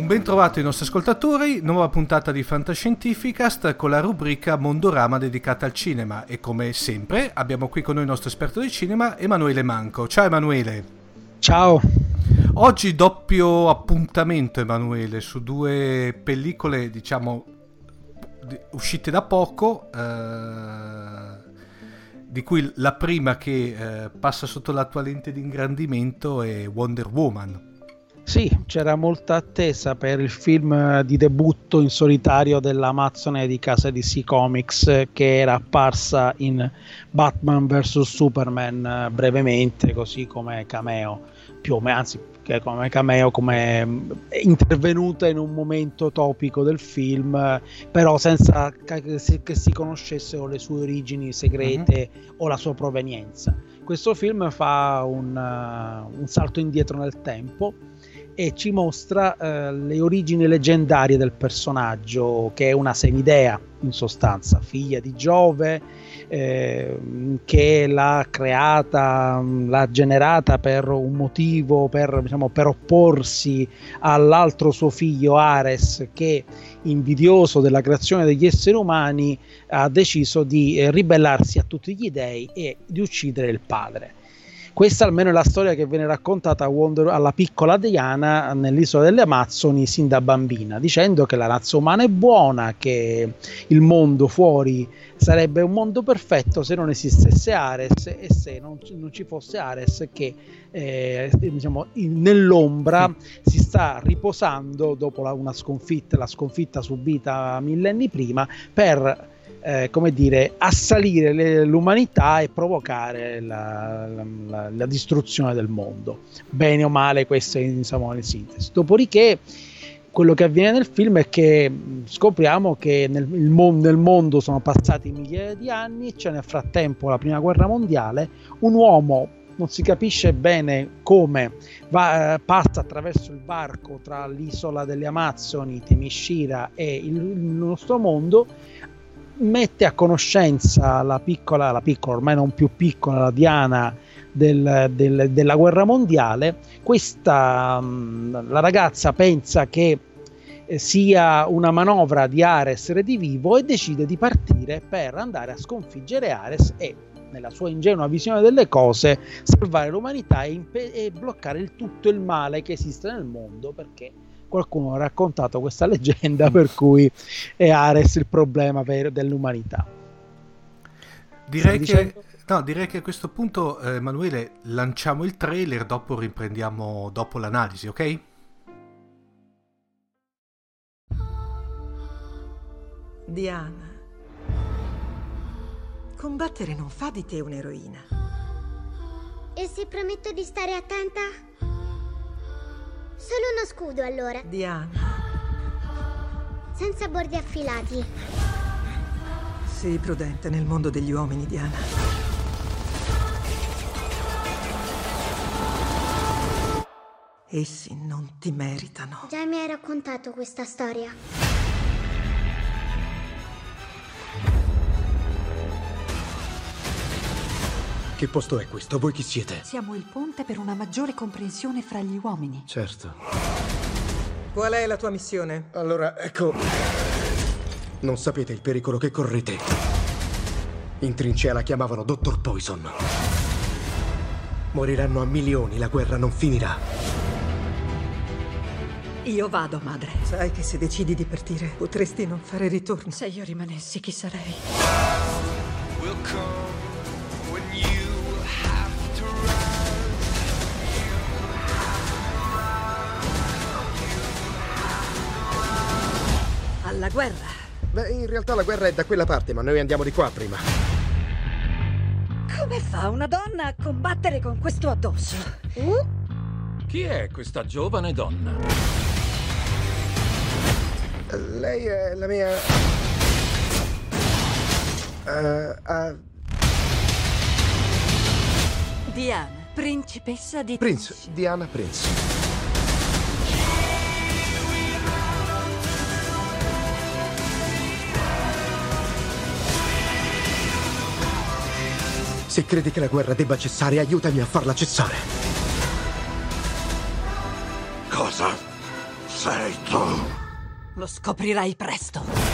Ben trovato ai nostri ascoltatori, nuova puntata di Fantascientificast con la rubrica Mondorama dedicata al cinema e come sempre abbiamo qui con noi il nostro esperto di cinema Emanuele Manco. Ciao Emanuele. Ciao. Oggi doppio appuntamento Emanuele su due pellicole diciamo uscite da poco, di cui la prima che passa sotto la tua lente di ingrandimento è Wonder Woman. Sì, c'era molta attesa per il film di debutto in solitario dell'Amazzone di casa DC Comics, che era apparsa in Batman vs Superman brevemente, così come cameo, più o meno, anzi come cameo, come intervenuta in un momento topico del film, però senza che si conoscessero le sue origini segrete o la sua provenienza. Questo film fa un salto indietro nel tempo e ci mostra le origini leggendarie del personaggio, che è una semidea in sostanza, figlia di Giove, che l'ha creata, l'ha generata per un motivo, per opporsi all'altro suo figlio Ares, che invidioso della creazione degli esseri umani ha deciso di ribellarsi a tutti gli dei e di uccidere il padre. Questa almeno è la storia che viene raccontata alla piccola Diana nell'isola delle Amazzoni sin da bambina, dicendo che la razza umana è buona, che il mondo fuori sarebbe un mondo perfetto se non esistesse Ares e se non ci fosse Ares che nell'ombra si sta riposando dopo la sconfitta subita millenni prima per assalire l'umanità e provocare la distruzione del mondo. Bene o male, questo è in sintesi. Dopodiché quello che avviene nel film è che scopriamo che nel mondo sono passati migliaia di anni, c'è nel frattempo la prima guerra mondiale, un uomo non si capisce bene come passa attraverso il varco tra l'isola delle Amazzoni, Themyscira e il nostro mondo, mette a conoscenza la piccola, ormai non più piccola, la Diana della guerra mondiale. La ragazza pensa che sia una manovra di Ares redivivo e decide di partire per andare a sconfiggere Ares e, nella sua ingenua visione delle cose, salvare l'umanità e bloccare tutto il male che esiste nel mondo, perché qualcuno ha raccontato questa leggenda per cui è Ares il problema dell'umanità. Direi che a questo punto, Emanuele, lanciamo il trailer, dopo riprendiamo dopo l'analisi, ok? Diana, combattere non fa di te un'eroina. E se prometto di stare attenta? Solo uno scudo, allora. Diana. Senza bordi affilati. Sii prudente nel mondo degli uomini, Diana. Essi non ti meritano. Già mi hai raccontato questa storia. Che posto è questo? Voi chi siete? Siamo il ponte per una maggiore comprensione fra gli uomini. Certo. Qual è la tua missione? Allora, ecco... Non sapete il pericolo che correte. In trincea la chiamavano Dottor Poison. Moriranno a milioni, la guerra non finirà. Io vado, madre. Sai che se decidi di partire, potresti non fare ritorno. Se io rimanessi, chi sarei? Alla guerra. Beh, in realtà la guerra è da quella parte, ma noi andiamo di qua prima. Come fa una donna a combattere con questo addosso? Chi è questa giovane donna? Lei è la mia... Diana, principessa di... Prince, Diana Prince. Se credi che la guerra debba cessare, aiutami a farla cessare. Cosa sei tu? Lo scoprirai presto.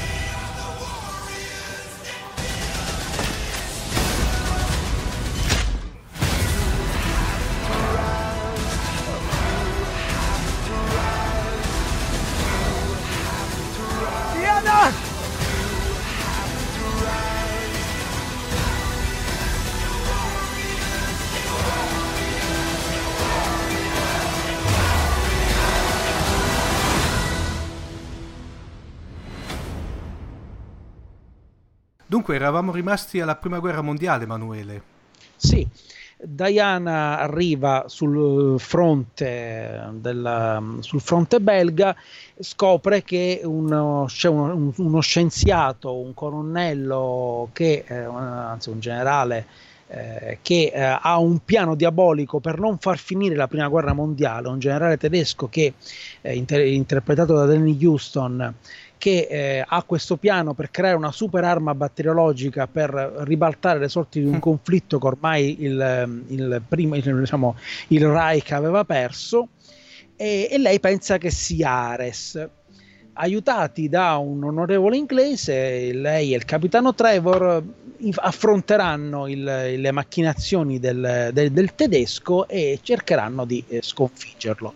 Dunque, eravamo rimasti alla Prima Guerra Mondiale, Emanuele. Sì, Diana arriva sul fronte belga, scopre che c'è uno scienziato, un colonnello, anzi un generale, che ha un piano diabolico per non far finire la Prima Guerra Mondiale, un generale tedesco che interpretato da Danny Huston, che ha questo piano per creare una super arma batteriologica per ribaltare le sorti di un conflitto che ormai il Reich aveva perso, e lei pensa che sia Ares. Aiutati da un onorevole inglese, lei e il capitano Trevor affronteranno le macchinazioni del tedesco e cercheranno di sconfiggerlo.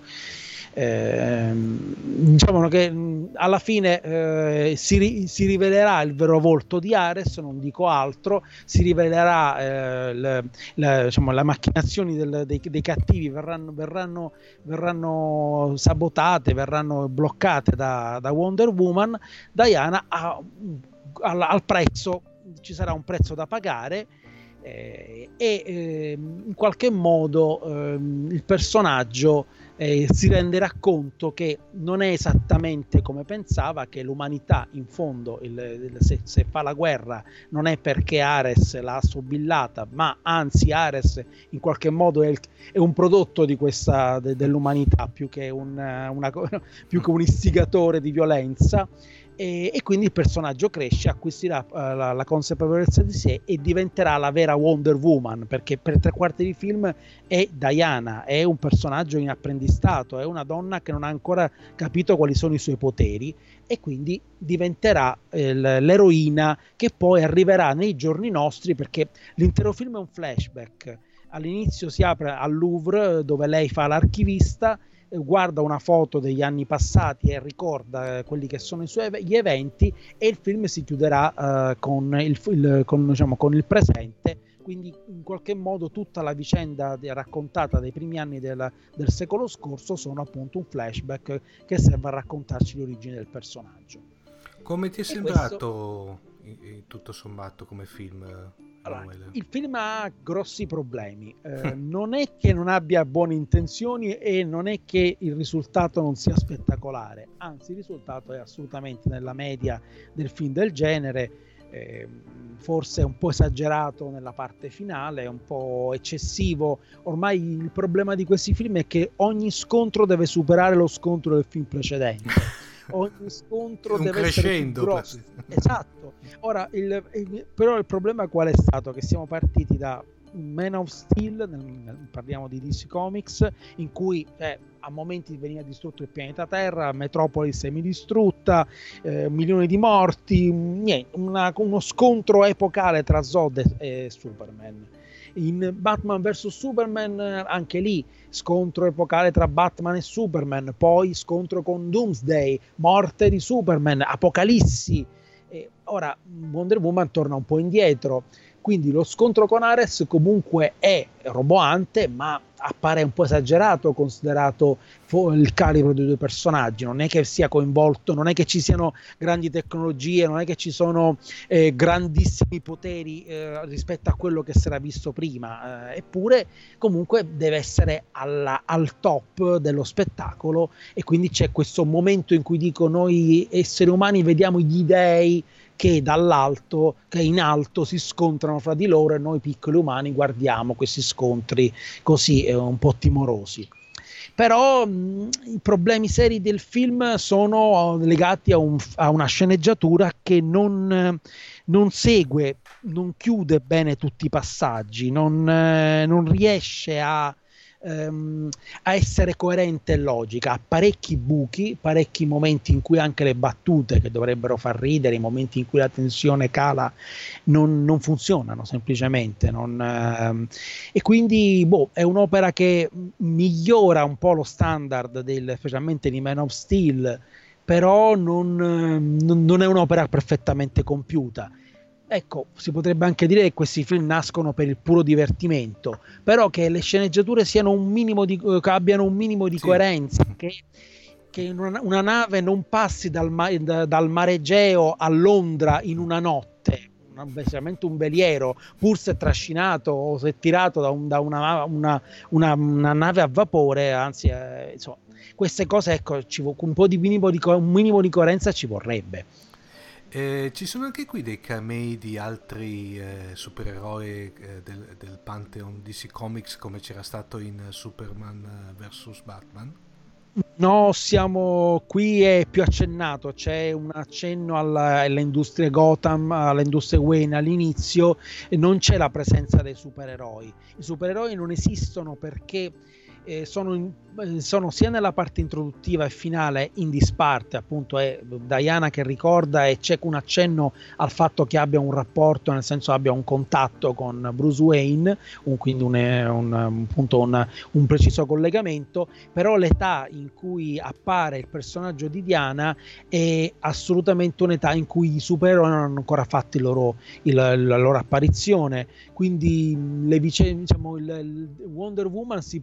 Diciamo che alla fine si rivelerà il vero volto di Ares, non dico altro, si rivelerà le macchinazioni dei cattivi verranno sabotate, verranno bloccate da Wonder Woman. Diana al prezzo, ci sarà un prezzo da pagare, in qualche modo il personaggio si renderà conto che non è esattamente come pensava, che l'umanità in fondo se fa la guerra non è perché Ares l'ha sobillata, ma anzi Ares in qualche modo è un prodotto di dell'umanità più che un istigatore di violenza. E quindi il personaggio cresce, acquisirà la consapevolezza di sé e diventerà la vera Wonder Woman, perché per 3/4 di film è Diana, è un personaggio in apprendistato, è una donna che non ha ancora capito quali sono i suoi poteri, e quindi diventerà l'eroina che poi arriverà nei giorni nostri, perché l'intero film è un flashback. All'inizio si apre al Louvre, dove lei fa l'archivista, guarda una foto degli anni passati e ricorda quelli che sono gli eventi, e il film si chiuderà con il presente. Quindi in qualche modo tutta la vicenda raccontata dei primi anni del secolo scorso sono appunto un flashback che serve a raccontarci le origini del personaggio. Come ti è sembrato tutto sommato come film? Allora, il film ha grossi problemi, non è che non abbia buone intenzioni e non è che il risultato non sia spettacolare, anzi il risultato è assolutamente nella media del film del genere, forse è un po' esagerato nella parte finale, è un po' eccessivo. Ormai il problema di questi film è che ogni scontro deve superare lo scontro del film precedente. Ogni scontro deve essere più grosso. Esatto. Ora però il problema qual è stato? Che siamo partiti da Man of Steel, parliamo di DC Comics, in cui a momenti veniva distrutto il pianeta Terra, Metropolis semidistrutta, milioni di morti, uno scontro epocale tra Zod e Superman. In Batman vs Superman anche lì scontro epocale tra Batman e Superman, poi scontro con Doomsday, morte di Superman, apocalissi. Ora Wonder Woman torna un po' indietro, quindi lo scontro con Ares comunque è roboante, ma appare un po' esagerato considerato il calibro dei due personaggi. Non è che sia coinvolto, non è che ci siano grandi tecnologie, non è che ci sono grandissimi poteri rispetto a quello che si era visto prima, eppure comunque deve essere al top dello spettacolo, e quindi c'è questo momento in cui dico: noi esseri umani vediamo gli dei che dall'alto, che in alto si scontrano fra di loro, e noi piccoli umani guardiamo questi scontri così un po' timorosi. Però i problemi seri del film sono legati a una sceneggiatura che non segue, non chiude bene tutti i passaggi, non riesce a a essere coerente e logica, ha parecchi buchi, parecchi momenti in cui anche le battute che dovrebbero far ridere, i momenti in cui la tensione cala non funzionano semplicemente, e quindi è un'opera che migliora un po' lo standard specialmente di Man of Steel, però non è un'opera perfettamente compiuta. Ecco, si potrebbe anche dire che questi film nascono per il puro divertimento, però che le sceneggiature siano che abbiano un minimo di coerenza, che una nave non passi dal mare Egeo a Londra in una notte, veramente un veliero, pur se trascinato o se tirato da una nave a vapore, anzi, insomma, queste cose, ecco, un minimo di coerenza ci vorrebbe. Ci sono anche qui dei camei di altri supereroi del Pantheon DC Comics, come c'era stato in Superman vs Batman? No, siamo qui, è più accennato, c'è un accenno alle industrie Gotham, alle industrie Wayne all'inizio, e non c'è la presenza dei supereroi. I supereroi non esistono perché sono sia nella parte introduttiva e finale in disparte, appunto è Diana che ricorda, e c'è un accenno al fatto che abbia un rapporto, nel senso abbia un contatto con Bruce Wayne, quindi un preciso collegamento, però l'età in cui appare il personaggio di Diana è assolutamente un'età in cui i supereroi non hanno ancora fatto la loro apparizione, quindi il Wonder Woman si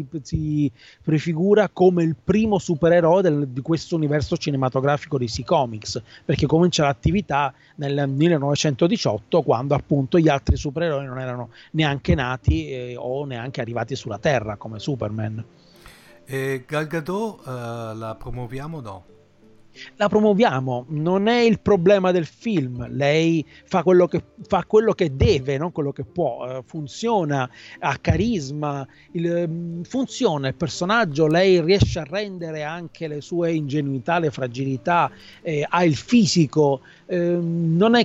prefigura come il primo supereroe di questo universo cinematografico di DC Comics, perché comincia l'attività nel 1918, quando appunto gli altri supereroi non erano neanche nati o neanche arrivati sulla Terra, come Superman. Gal Gadot la promuoviamo o no? La promuoviamo, non è il problema del film, lei fa quello che deve, non quello che può, funziona, ha carisma, funziona il personaggio, lei riesce a rendere anche le sue ingenuità, le fragilità, ha il fisico, non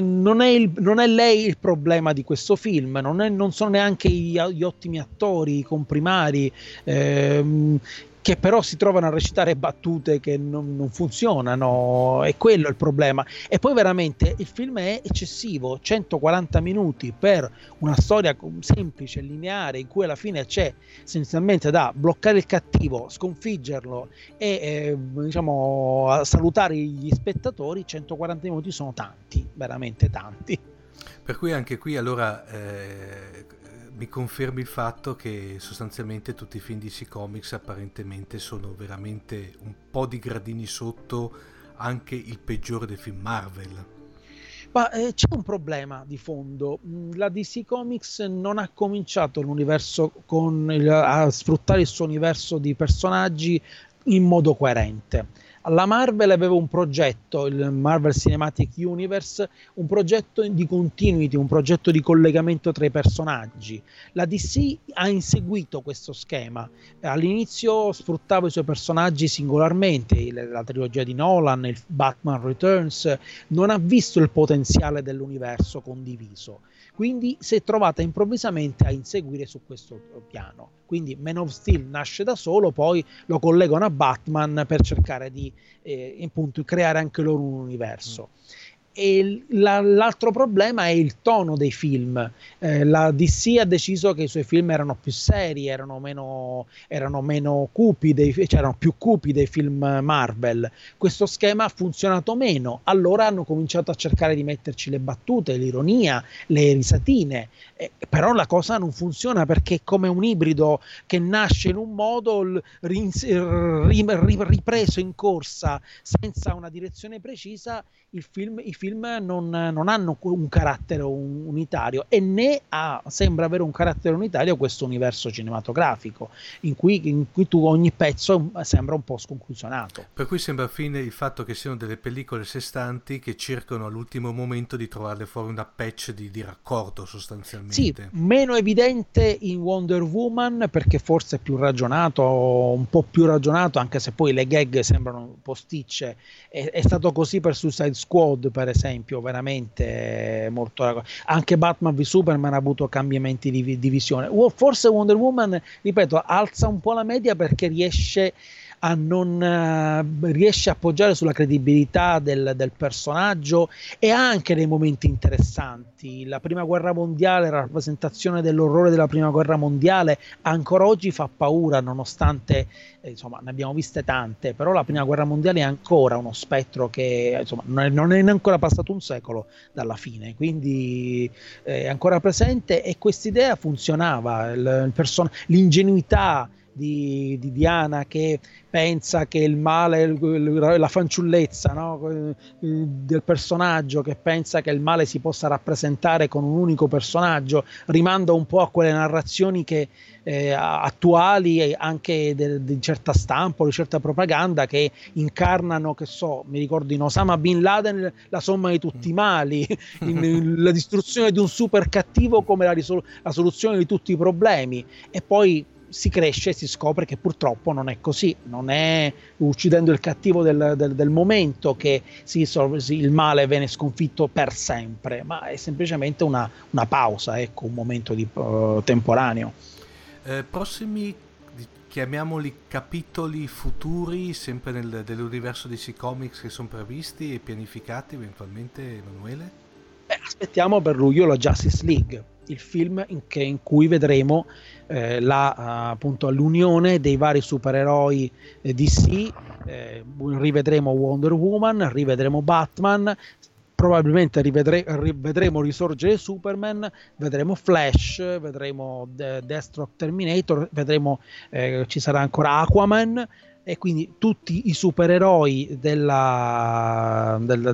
è lei il problema di questo film, non sono neanche gli ottimi attori, i comprimari, che però si trovano a recitare battute che non funzionano, è quello il problema. E poi veramente il film è eccessivo, 140 minuti per una storia semplice, lineare, in cui alla fine c'è essenzialmente da bloccare il cattivo, sconfiggerlo e salutare gli spettatori. 140 minuti sono tanti, veramente tanti. Per cui anche qui allora mi confermi il fatto che sostanzialmente tutti i film DC Comics apparentemente sono veramente un po' di gradini sotto anche il peggiore dei film Marvel. Ma c'è un problema di fondo. La DC Comics non ha cominciato l'universo a sfruttare il suo universo di personaggi in modo coerente. La Marvel aveva un progetto, il Marvel Cinematic Universe, un progetto di continuity, un progetto di collegamento tra i personaggi. La DC ha inseguito questo schema. All'inizio sfruttava i suoi personaggi singolarmente, la trilogia di Nolan, il Batman Returns, non ha visto il potenziale dell'universo condiviso. Quindi si è trovata improvvisamente a inseguire su questo piano. Quindi Man of Steel nasce da solo, poi lo collegano a Batman per cercare di appunto creare anche loro un universo. E l'altro problema è il tono dei film. La DC ha deciso che i suoi film erano più seri, erano meno cupi, c'erano più cupi dei film Marvel. Questo schema ha funzionato meno, allora hanno cominciato a cercare di metterci le battute, l'ironia, le risatine, però la cosa non funziona perché è come un ibrido che nasce in un modo, ripreso in corsa senza una direzione precisa. I film non hanno un carattere unitario, e né sembra avere un carattere unitario questo universo cinematografico in cui tu ogni pezzo sembra un po' sconclusionato. Per cui sembra fine il fatto che siano delle pellicole sestanti che cercano all'ultimo momento di trovarle fuori una patch di raccordo sostanzialmente. Sì, meno evidente in Wonder Woman perché forse è più ragionato, un po' più ragionato, anche se poi le gag sembrano posticce. È stato così per Suicide Squad, per per esempio, veramente molto. Anche Batman v Superman ha avuto cambiamenti di visione. Forse Wonder Woman, ripeto, alza un po' la media perché riesce a appoggiare sulla credibilità del personaggio, e ha anche dei momenti interessanti. La prima guerra mondiale, la rappresentazione dell'orrore della prima guerra mondiale ancora oggi fa paura, nonostante insomma ne abbiamo viste tante, però la prima guerra mondiale è ancora uno spettro che insomma non è ancora passato un secolo dalla fine, quindi è ancora presente, e quest'idea funzionava. L'ingenuità di Diana, che pensa che il male, la fanciullezza, no? Del personaggio, che pensa che il male si possa rappresentare con un unico personaggio, rimanda un po' a quelle narrazioni che attuali, anche di certa stampa o di certa propaganda, che incarnano, che so, mi ricordo in Osama Bin Laden la somma di tutti i mali, la distruzione di un super cattivo come la soluzione di tutti i problemi, e poi si cresce e si scopre che purtroppo non è così, non è uccidendo il cattivo del momento che il male viene sconfitto per sempre, ma è semplicemente una pausa, ecco, un momento temporaneo. Prossimi, chiamiamoli capitoli futuri, sempre dell'universo DC Comics, che sono previsti e pianificati eventualmente, Emanuele? Aspettiamo per luglio la Justice League, il film in cui vedremo appunto l'unione dei vari supereroi DC, rivedremo Wonder Woman, rivedremo Batman, probabilmente vedremo risorgere Superman, vedremo Flash, vedremo Deathstroke Terminator, vedremo ci sarà ancora Aquaman, e quindi tutti i supereroi della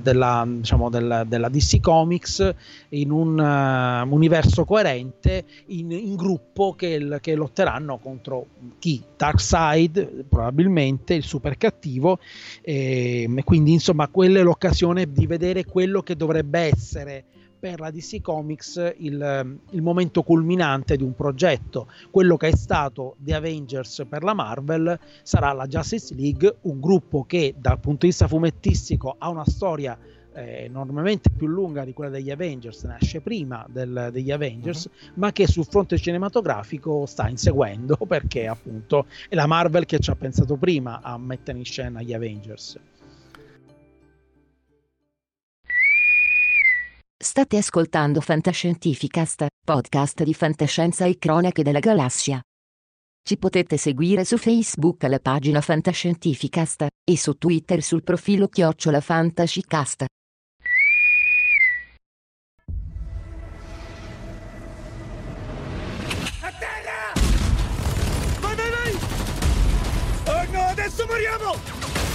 DC Comics in un universo coerente, in gruppo, che lotteranno contro chi? Darkseid, probabilmente il super cattivo, e quindi insomma quella è l'occasione di vedere quello che dovrebbe essere per la DC Comics il momento culminante di un progetto. Quello che è stato The Avengers per la Marvel sarà la Justice League, un gruppo che dal punto di vista fumettistico ha una storia enormemente più lunga di quella degli Avengers, nasce prima degli Avengers, ma che sul fronte cinematografico sta inseguendo, perché appunto è la Marvel che ci ha pensato prima a mettere in scena gli Avengers. State ascoltando Fantascientificast, podcast di fantascienza e cronache della galassia. Ci potete seguire su Facebook alla pagina Fantascientificast e su Twitter sul profilo @Fantascicast. A terra! Vai! Oh no, adesso moriamo!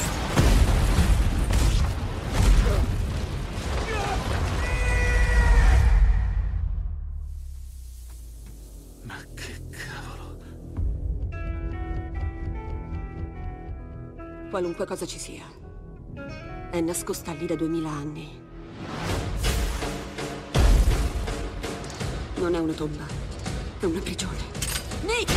Qualunque cosa ci sia, è nascosta lì da 2000 anni. Non è una tomba, è una prigione. Nick!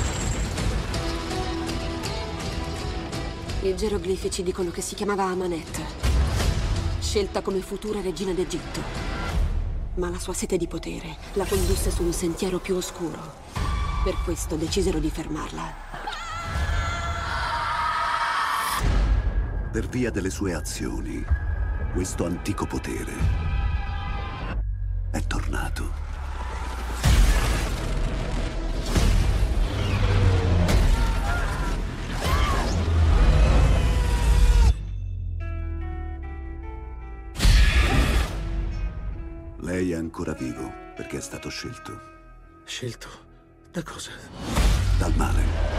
I geroglifici ci dicono che si chiamava Amanet, scelta come futura regina d'Egitto. Ma la sua sete di potere la condusse su un sentiero più oscuro. Per questo decisero di fermarla. Per via delle sue azioni, questo antico potere è tornato. Lei è ancora vivo perché è stato scelto. Scelto? Da cosa? Dal male.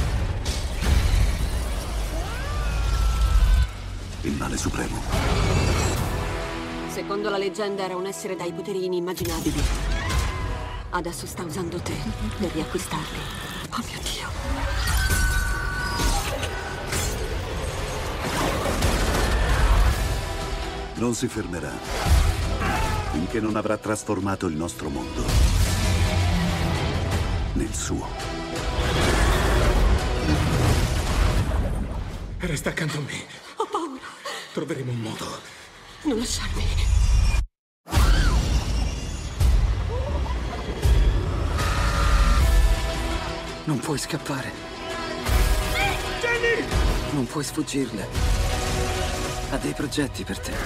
Il male supremo. Secondo la leggenda era un essere dai poteri inimmaginabili. Adesso sta usando te per riacquistarli. Oh mio Dio. Non si fermerà finché non avrà trasformato il nostro mondo nel suo. Resta accanto a me. Ho paura. Troveremo un modo. Non lasciarmi. Non puoi scappare. Jenny! Non puoi sfuggirle. Ha dei progetti per te.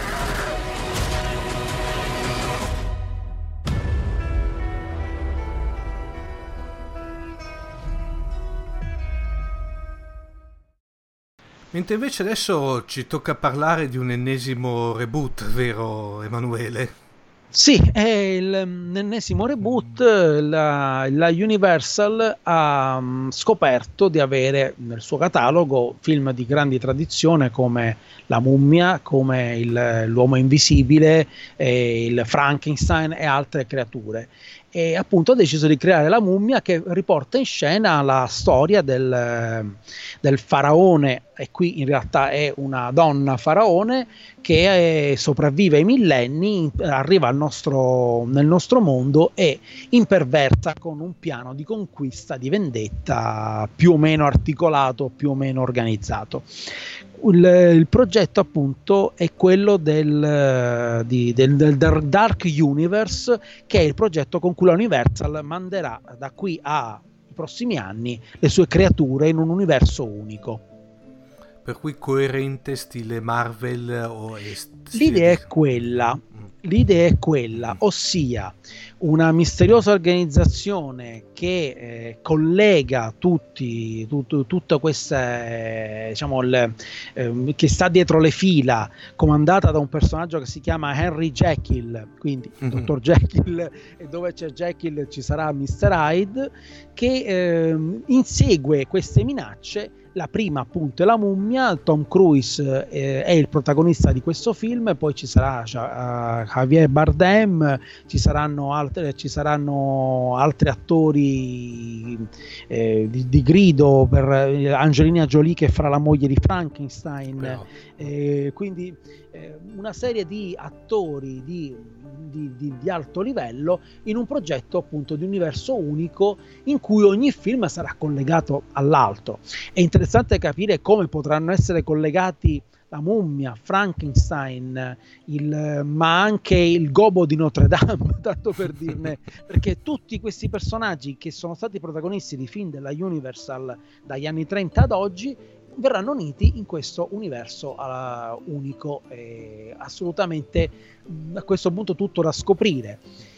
Mentre invece adesso ci tocca parlare di un ennesimo reboot, vero Emanuele? Sì, è l'ennesimo reboot. La Universal ha scoperto di avere nel suo catalogo film di grande tradizione come La Mummia, come l'Uomo Invisibile, il Frankenstein e altre creature. E appunto ha deciso di creare La Mummia, che riporta in scena la storia del faraone, e qui in realtà è una donna faraone che sopravvive ai millenni, arriva nel nostro mondo e imperversa con un piano di conquista, di vendetta più o meno articolato, più o meno organizzato. Il progetto appunto è quello del Dark Universe, che è il progetto con cui la Universal manderà da qui ai prossimi anni le sue creature in un universo unico. Per cui coerente stile Marvel o L'idea è quella, ossia una misteriosa organizzazione che collega tutta questa, che sta dietro le fila, comandata da un personaggio che si chiama Henry Jekyll, quindi Dr. Jekyll, e dove c'è Jekyll ci sarà Mr. Hyde, che insegue queste minacce. La prima appunto è La Mummia. Tom Cruise è il protagonista di questo film, poi ci sarà Javier Bardem, ci saranno altri attori di grido, per Angelina Jolie che farà la moglie di Frankenstein, quindi una serie di attori di alto livello in un progetto appunto di universo unico in cui ogni film sarà collegato all'altro. È interessante capire come potranno essere collegati La Mummia, Frankenstein, ma anche il Gobbo di Notre Dame, tanto per dirne, perché tutti questi personaggi che sono stati protagonisti di film della Universal dagli anni 30 ad oggi verranno uniti in questo universo unico, assolutamente a questo punto tutto da scoprire.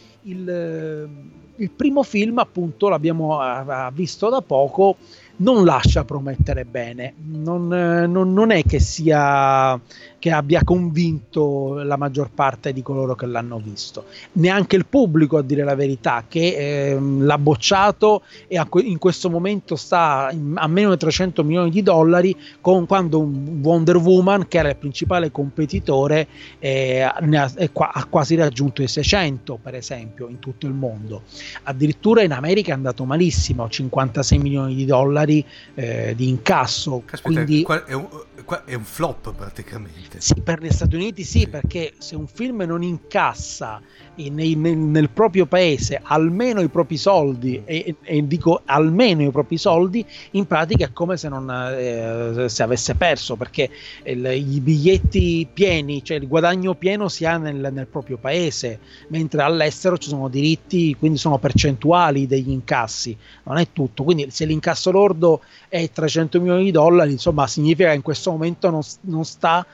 Il primo film appunto l'abbiamo visto da poco, non lascia promettere bene, non è che abbia convinto la maggior parte di coloro che l'hanno visto, neanche il pubblico, a dire la verità, che l'ha bocciato e in questo momento sta a meno di $300 milioni, quando Wonder Woman, che era il principale competitore, ha quasi raggiunto i 600, per esempio, in tutto il mondo. Addirittura in America è andato malissimo, $56 milioni di incasso. Caspita, quindi è un flop praticamente. Sì, per gli Stati Uniti sì, perché se un film non incassa nel proprio paese almeno i propri soldi, e dico almeno i propri soldi, in pratica è come se non se avesse perso, perché i biglietti pieni, cioè il guadagno pieno si ha nel proprio paese, mentre all'estero ci sono diritti, quindi sono percentuali degli incassi, non è tutto. Quindi se l'incasso lordo è $300 milioni, insomma significa che in questo momento non sta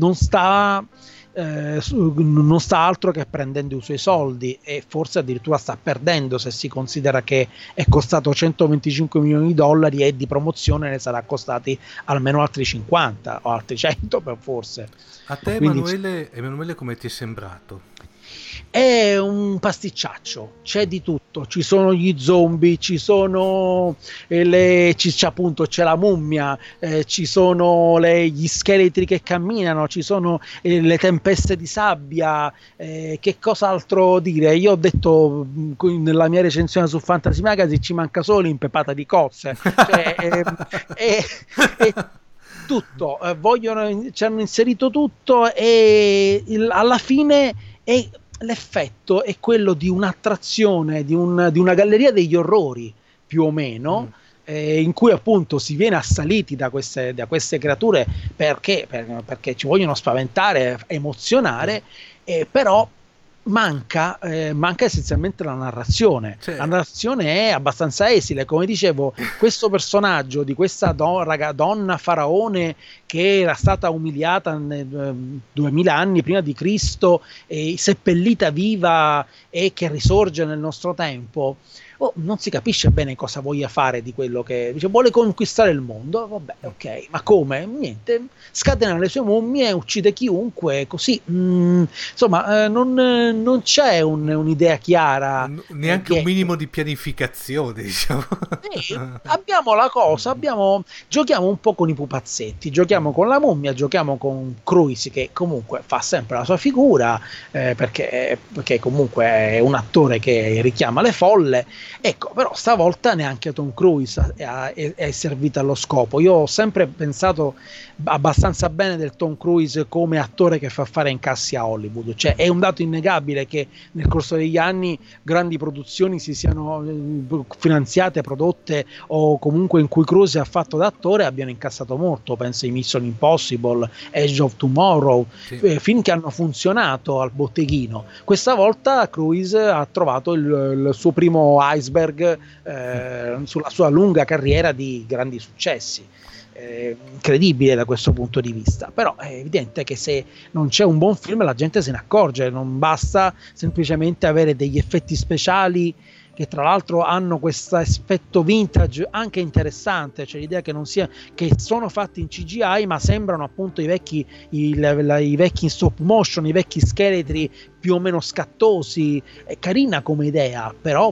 altro che prendendo i suoi soldi, e forse addirittura sta perdendo, se si considera che è costato $125 milioni e di promozione ne sarà costati almeno altri 50 o altri 100 forse. A te Emanuele come ti è sembrato? È un pasticciaccio, c'è di tutto, ci sono gli zombie, ci sono c'è la mummia, ci sono gli scheletri che camminano, ci sono le tempeste di sabbia, che cos'altro dire? Io ho detto nella mia recensione su Fantasy Magazine, ci manca solo l'impepata di cozze, cioè, tutto, ci hanno inserito tutto, e alla fine l'effetto è quello di un'attrazione, di una galleria degli orrori, più o meno, in cui appunto si viene assaliti da queste creature perché ci vogliono spaventare, emozionare, però manca essenzialmente la narrazione. La narrazione è abbastanza esile, come dicevo. Questo personaggio di questa donna faraone che era stata umiliata 2000 anni prima di Cristo e seppellita viva e che risorge nel nostro tempo, non si capisce bene cosa voglia fare di quello che dice. Vuole conquistare il mondo, vabbè, ok, ma come? Niente, scatena le sue mummie, uccide chiunque, così. Insomma, non c'è un'idea chiara, neanche un minimo di pianificazione, diciamo. Abbiamo la cosa, giochiamo un po' con i pupazzetti, giochiamo con la mummia, giochiamo con Cruise, che comunque fa sempre la sua figura, perché comunque è un attore che richiama le folle. Ecco, però stavolta neanche Tom Cruise è servito allo scopo. Io ho sempre pensato abbastanza bene del Tom Cruise come attore che fa fare incassi a Hollywood. Cioè, è un dato innegabile che nel corso degli anni grandi produzioni si siano finanziate, prodotte o comunque in cui Cruise ha fatto da attore abbiano incassato molto. Penso ai Mission Impossible, Edge of Tomorrow, film che hanno funzionato al botteghino. Questa volta Cruise ha trovato il suo primo iceberg sulla sua lunga carriera di grandi successi. Incredibile da questo punto di vista, però è evidente che se non c'è un buon film la gente se ne accorge. Non basta semplicemente avere degli effetti speciali che tra l'altro hanno questo aspetto vintage anche interessante, cioè l'idea che non sia, che sono fatti in CGI ma sembrano appunto i vecchi in stop motion, i vecchi scheletri più o meno scattosi. È carina come idea, però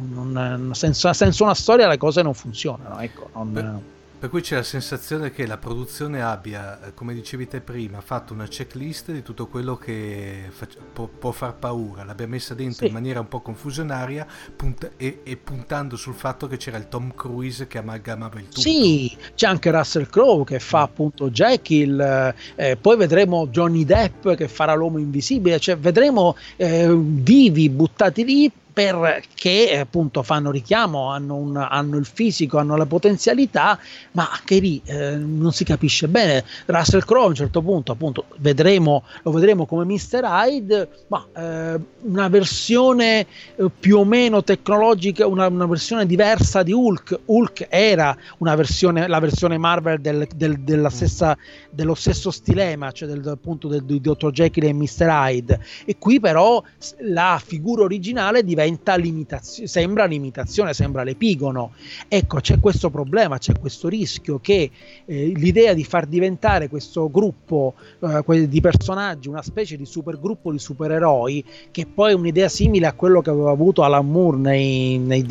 senza una storia le cose non funzionano, ecco. Per cui c'è la sensazione che la produzione abbia, come dicevi te prima, fatto una checklist di tutto quello che può far paura, l'abbia messa dentro in maniera un po' confusionaria e puntando sul fatto che c'era il Tom Cruise che amalgamava il tutto. Sì, c'è anche Russell Crowe che fa appunto Jekyll, poi vedremo Johnny Depp che farà l'uomo invisibile, cioè vedremo divi buttati lì perché appunto fanno richiamo, hanno il fisico, hanno la potenzialità, ma anche lì non si capisce bene. Russell Crowe a un certo punto appunto lo vedremo come Mr. Hyde, ma una versione più o meno tecnologica, una versione diversa di Hulk era la versione Marvel dello stesso stilema, cioè appunto di Dr. Jekyll e Mr. Hyde, e qui però la figura originale diventa sembra l'imitazione, sembra l'epigono. Ecco, c'è questo problema, c'è questo rischio che l'idea di far diventare questo gruppo di personaggi una specie di supergruppo di supereroi, che poi è un'idea simile a quello che aveva avuto Alan Moore nella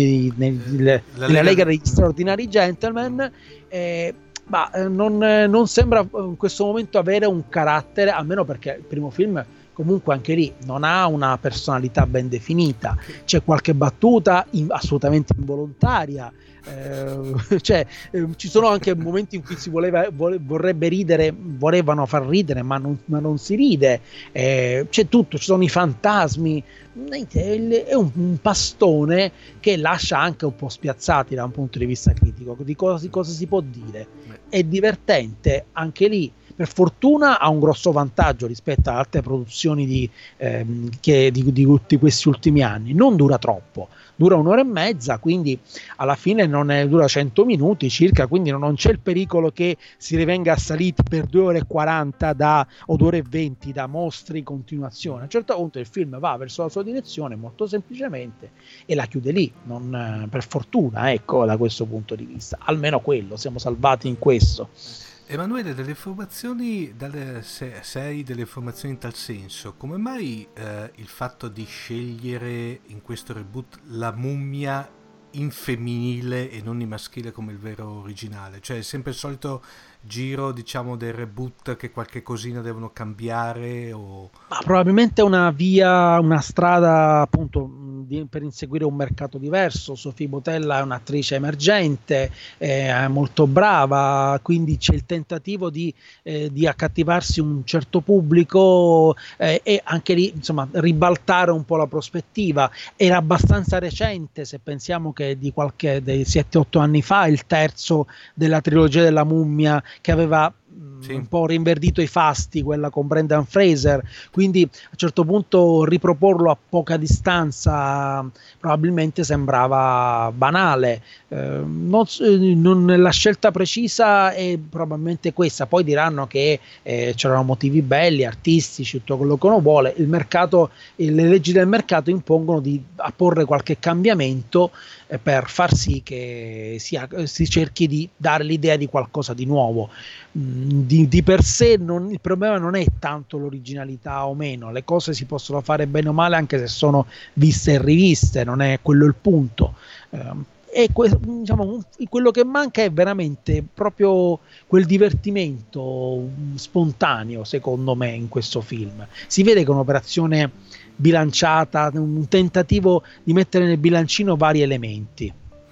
Lega degli Straordinari Gentlemen, non sembra in questo momento avere un carattere, almeno perché il primo film comunque anche lì non ha una personalità ben definita. C'è qualche battuta assolutamente involontaria, ci sono anche momenti in cui si vorrebbe ridere, volevano far ridere ma non si ride, c'è tutto, ci sono i fantasmi, è un pastone che lascia anche un po' spiazzati da un punto di vista critico. Di cosa si può dire? È divertente anche lì. Per fortuna ha un grosso vantaggio rispetto ad altre produzioni di questi ultimi anni: non dura troppo, dura 1 ora e mezza, quindi alla fine dura 100 minuti circa, quindi non c'è il pericolo che si rivenga assaliti per 2 ore e 40 o 2 ore e 20 da mostri in continuazione. A un certo punto il film va verso la sua direzione molto semplicemente e la chiude lì, per fortuna, ecco, da questo punto di vista, almeno quello, siamo salvati in questo. Emanuele, delle informazioni, se hai delle informazioni in tal senso, come mai il fatto di scegliere in questo reboot la mummia in femminile e non in maschile come il vero originale? Cioè è sempre il solito giro, diciamo, del reboot che qualche cosina devono cambiare? Ma probabilmente una strada appunto per inseguire un mercato diverso. Sofia Boutella è un'attrice emergente, è molto brava, quindi c'è il tentativo di accattivarsi un certo pubblico e anche lì insomma ribaltare un po' la prospettiva. Era abbastanza recente, se pensiamo che dei 7-8 anni fa, il terzo della trilogia della mummia, che aveva un po' rinverdito i fasti, quella con Brendan Fraser, quindi a un certo punto riproporlo a poca distanza probabilmente sembrava banale. La scelta precisa è probabilmente questa. Poi diranno che c'erano motivi belli, artistici, tutto quello che uno vuole. Il mercato, le leggi del mercato impongono di apporre qualche cambiamento per far sì che si cerchi di dare l'idea di qualcosa di nuovo. Di per sé il problema non è tanto l'originalità o meno, le cose si possono fare bene o male anche se sono viste e riviste, non è quello il punto. Quello che manca è veramente proprio quel divertimento spontaneo, secondo me, in questo film. Si vede che è un'operazione bilanciata, un tentativo di mettere nel bilancino vari elementi.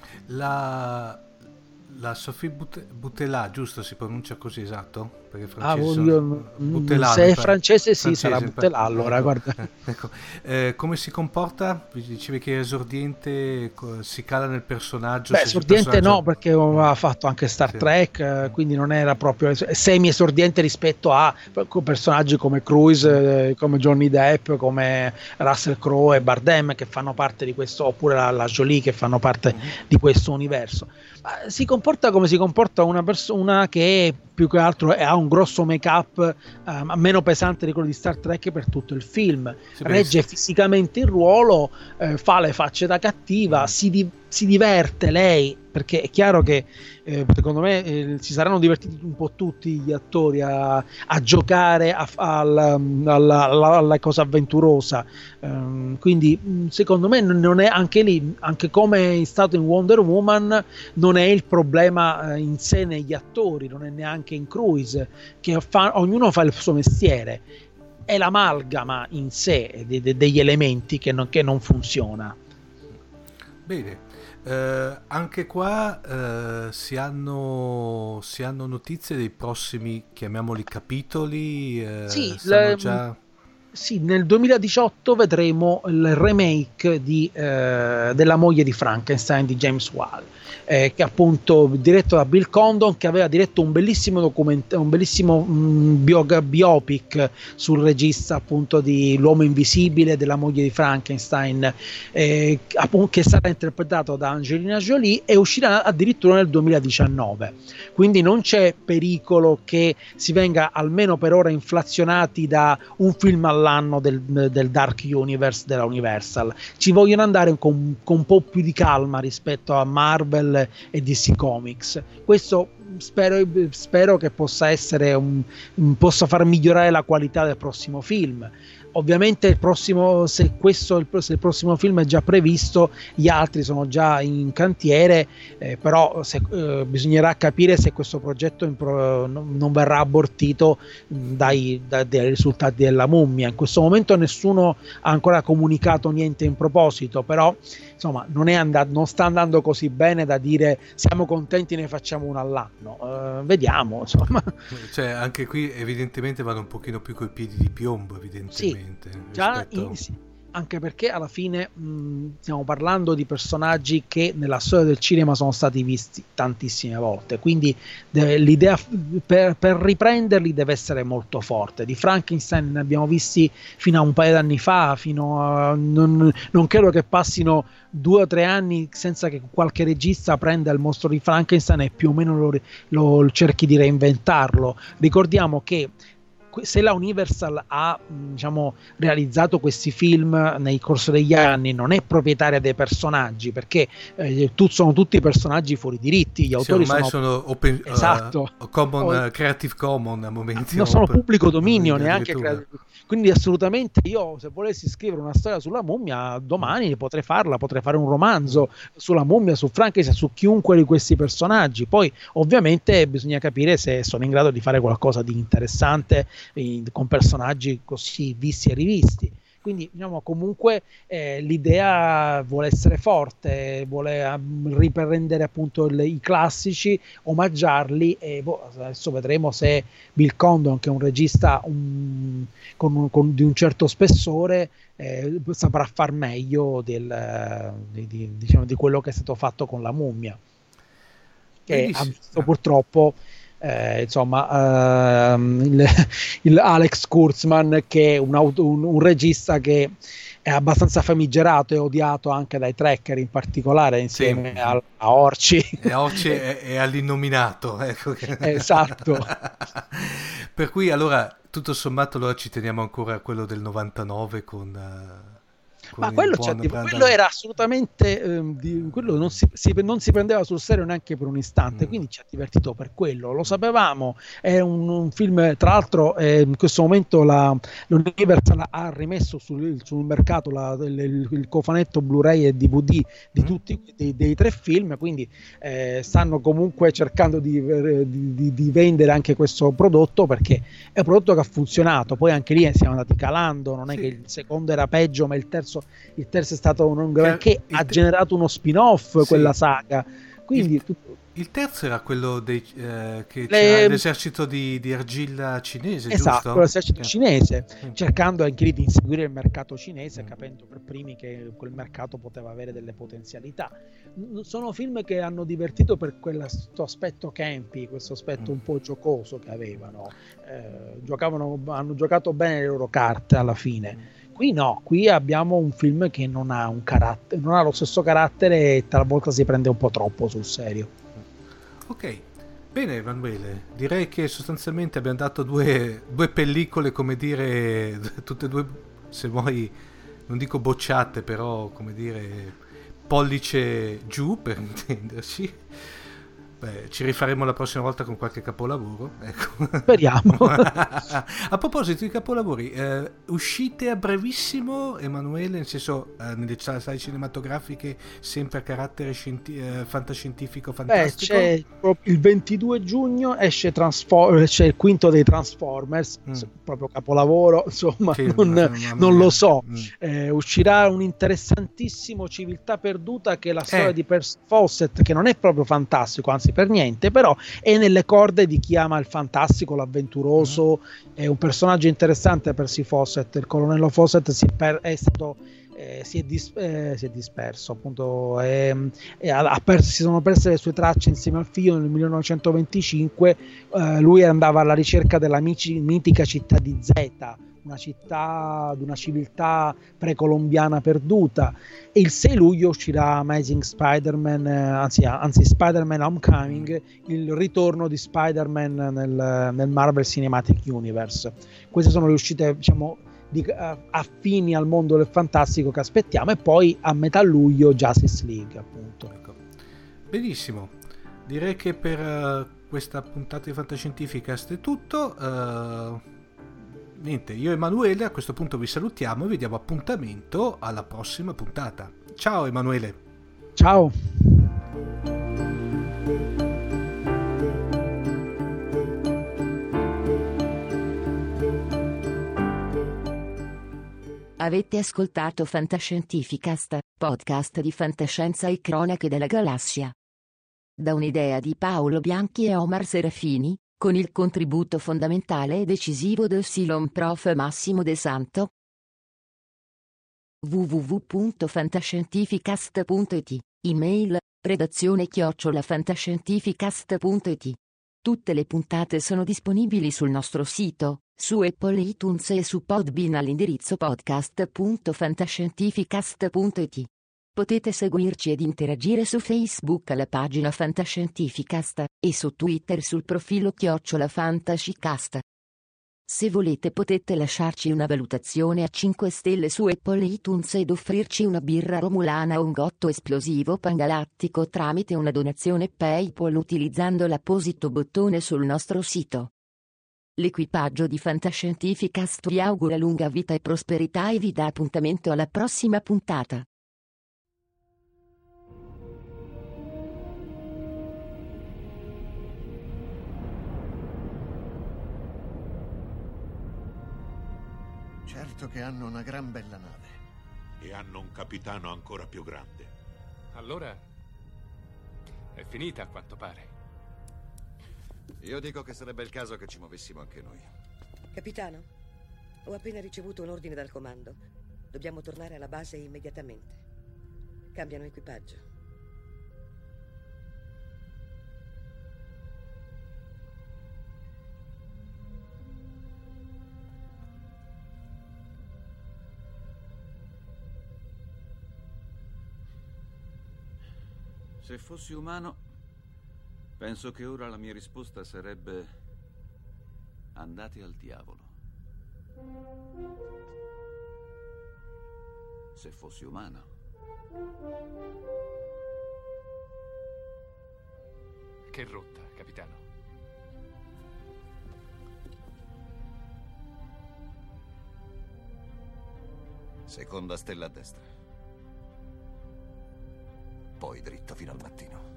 La Sophie Boutella, giusto, si pronuncia così, esatto? Perché se è francese sì, sarà Boutella, allora ecco, guarda. Ecco. Come si comporta? Dicevi che è esordiente, si cala nel personaggio? Esordiente no, perché aveva fatto anche Star Trek, quindi non era proprio semi-esordiente rispetto a personaggi come Cruise, come Johnny Depp, come Russell Crowe e Bardem, che fanno parte di questo, oppure la Jolie, che fanno parte di questo universo. Si comporta come si comporta una persona che più che altro ha un grosso make-up meno pesante di quello di Star Trek per tutto il film, regge fisicamente il ruolo, fa le facce da cattiva, si diverte lei, perché è chiaro che secondo me si saranno divertiti un po' tutti gli attori a giocare alla cosa avventurosa, quindi secondo me non è, anche lì, anche come è stato in Wonder Woman, non è il problema in sé negli attori, non è neanche in Cruise, che ognuno fa il suo mestiere, è l'amalgama in sé degli elementi che non funziona. Bene. Anche qua si hanno notizie dei prossimi, chiamiamoli capitoli? Sì, nel 2018 vedremo il remake della moglie di Frankenstein di James Whale, che appunto diretto da Bill Condon, che aveva diretto un bellissimo biopic sul regista appunto di L'uomo invisibile, della moglie di Frankenstein, appunto, che sarà interpretato da Angelina Jolie e uscirà addirittura nel 2019, quindi non c'è pericolo che si venga almeno per ora inflazionati da un film all'anno del Dark Universe della Universal. Ci vogliono andare con un po' più di calma rispetto a Marvel e DC Comics. Questo spero che possa essere possa far migliorare la qualità del prossimo film. Ovviamente se il prossimo film è già previsto, gli altri sono già in cantiere, però bisognerà capire se questo progetto non verrà abortito dai risultati della mummia. In questo momento nessuno ha ancora comunicato niente in proposito, però insomma non sta andando così bene da dire siamo contenti, ne facciamo uno all'anno. Vediamo, insomma. Cioè, anche qui evidentemente vanno un pochino più coi piedi di piombo, evidentemente. Sì, anche perché alla fine stiamo parlando di personaggi che nella storia del cinema sono stati visti tantissime volte, quindi l'idea per riprenderli deve essere molto forte. Di Frankenstein ne abbiamo visti fino a un paio d'anni fa, non credo che passino 2 o 3 anni senza che qualche regista prenda il mostro di Frankenstein e più o meno lo cerchi di reinventarlo. Ricordiamo che se la Universal ha realizzato questi film nel corso degli anni, non è proprietaria dei personaggi, perché sono tutti personaggi fuori diritti, gli autori sono open, Creative Commons a momenti, non sono pubblico dominio neanche quindi assolutamente io, se volessi scrivere una storia sulla mummia domani potrei farla, potrei fare un romanzo sulla mummia, su Frankenstein, su chiunque di questi personaggi. Poi ovviamente bisogna capire se sono in grado di fare qualcosa di interessante con personaggi così visti e rivisti. Quindi diciamo, comunque l'idea vuole essere forte, vuole riprendere appunto i classici, omaggiarli, e adesso vedremo se Bill Condon, che è un regista di un certo spessore, saprà far meglio diciamo, di quello che è stato fatto con La Mummia, che ha visto purtroppo insomma il Alex Kurtzman, che è un regista che è abbastanza famigerato e odiato anche dai tracker, in particolare insieme a Orci e all'innominato, ecco. Esatto. Per cui allora tutto sommato allora ci teniamo ancora a quello del 99 con ma quello era assolutamente quello non si prendeva sul serio neanche per un istante, quindi ci ha divertito per quello, lo sapevamo. È un film, tra l'altro in questo momento l'Universal ha rimesso sul mercato il cofanetto Blu-ray e DVD di tutti dei 3 film, quindi stanno comunque cercando di vendere anche questo prodotto, perché è un prodotto che ha funzionato. Poi anche lì siamo andati calando, non è che il secondo era peggio, ma il terzo è stato un granché, ha generato uno spin-off, quella saga. Quindi il terzo era quello che c'era l'esercito di argilla cinese, esatto, giusto? L'esercito cinese, cercando anche lì di inseguire il mercato cinese, capendo per primi che quel mercato poteva avere delle potenzialità. Sono film che hanno divertito per questo aspetto campy, questo aspetto un po' giocoso che avevano. Hanno giocato bene le loro carte alla fine. Qui abbiamo un film che non ha un carattere, non ha lo stesso carattere, e talvolta si prende un po' troppo sul serio. Ok, bene Emanuele, direi che sostanzialmente abbiamo dato due pellicole, come dire, tutte e due, se vuoi, non dico bocciate, però come dire, pollice giù, per intenderci. Beh, ci rifaremo la prossima volta con qualche capolavoro, ecco. Speriamo. A proposito di capolavori, uscite a brevissimo, Emanuele, nel senso nelle sale cinematografiche, sempre a carattere fantascientifico, fantastico? C'è il 22 giugno esce il quinto dei Transformers, proprio capolavoro, insomma, non lo so. Uscirà un interessantissimo Civiltà Perduta, che è la storia di Percy Fawcett, che non è proprio fantastico, anzi per niente, però è nelle corde di chi ama il fantastico, l'avventuroso. È un personaggio interessante. Percy Fawcett, il colonnello Fawcett, si è disperso, appunto, si sono perse le sue tracce insieme al figlio nel 1925. Lui andava alla ricerca della mitica città di Zeta, una città di una civiltà precolombiana perduta, e il 6 luglio uscirà Amazing Spider-Man, anzi Spider-Man Homecoming, il ritorno di Spider-Man nel Marvel Cinematic Universe. Queste sono le uscite, diciamo, affini al mondo del fantastico che aspettiamo, e poi a metà luglio Justice League, appunto. Ecco. Benissimo, direi che per questa puntata di Fantascientificast è tutto. Niente, io e Emanuele a questo punto vi salutiamo e vi diamo appuntamento alla prossima puntata. Ciao Emanuele. Ciao. Avete ascoltato Fantascientificast, podcast di fantascienza e cronache della galassia. Da un'idea di Paolo Bianchi e Omar Serafini, con il contributo fondamentale e decisivo del Silon Prof. Massimo De Santo. www.fantascientificast.it, email, redazione@fantascientificast.it. Tutte le puntate sono disponibili sul nostro sito, su Apple iTunes e su Podbean all'indirizzo podcast.fantascientificast.it. Potete seguirci ed interagire su Facebook alla pagina Fantascientificast, e su Twitter sul profilo @Fantascicast. Se volete potete lasciarci una valutazione a 5 stelle su Apple iTunes ed offrirci una birra romulana o un gotto esplosivo pangalattico tramite una donazione PayPal utilizzando l'apposito bottone sul nostro sito. L'equipaggio di Fantascientificast vi augura lunga vita e prosperità e vi dà appuntamento alla prossima puntata. Certo che hanno una gran bella nave. E hanno un capitano ancora più grande. Allora è finita, a quanto pare. Io dico che sarebbe il caso che ci muovessimo anche noi. Capitano, ho appena ricevuto un ordine dal comando. Dobbiamo tornare alla base immediatamente. Cambiano equipaggio. Se fossi umano, penso che ora la mia risposta sarebbe: andate al diavolo. Se fossi umano. Che rotta, capitano. Seconda stella a destra. Poi dritto fino al mattino.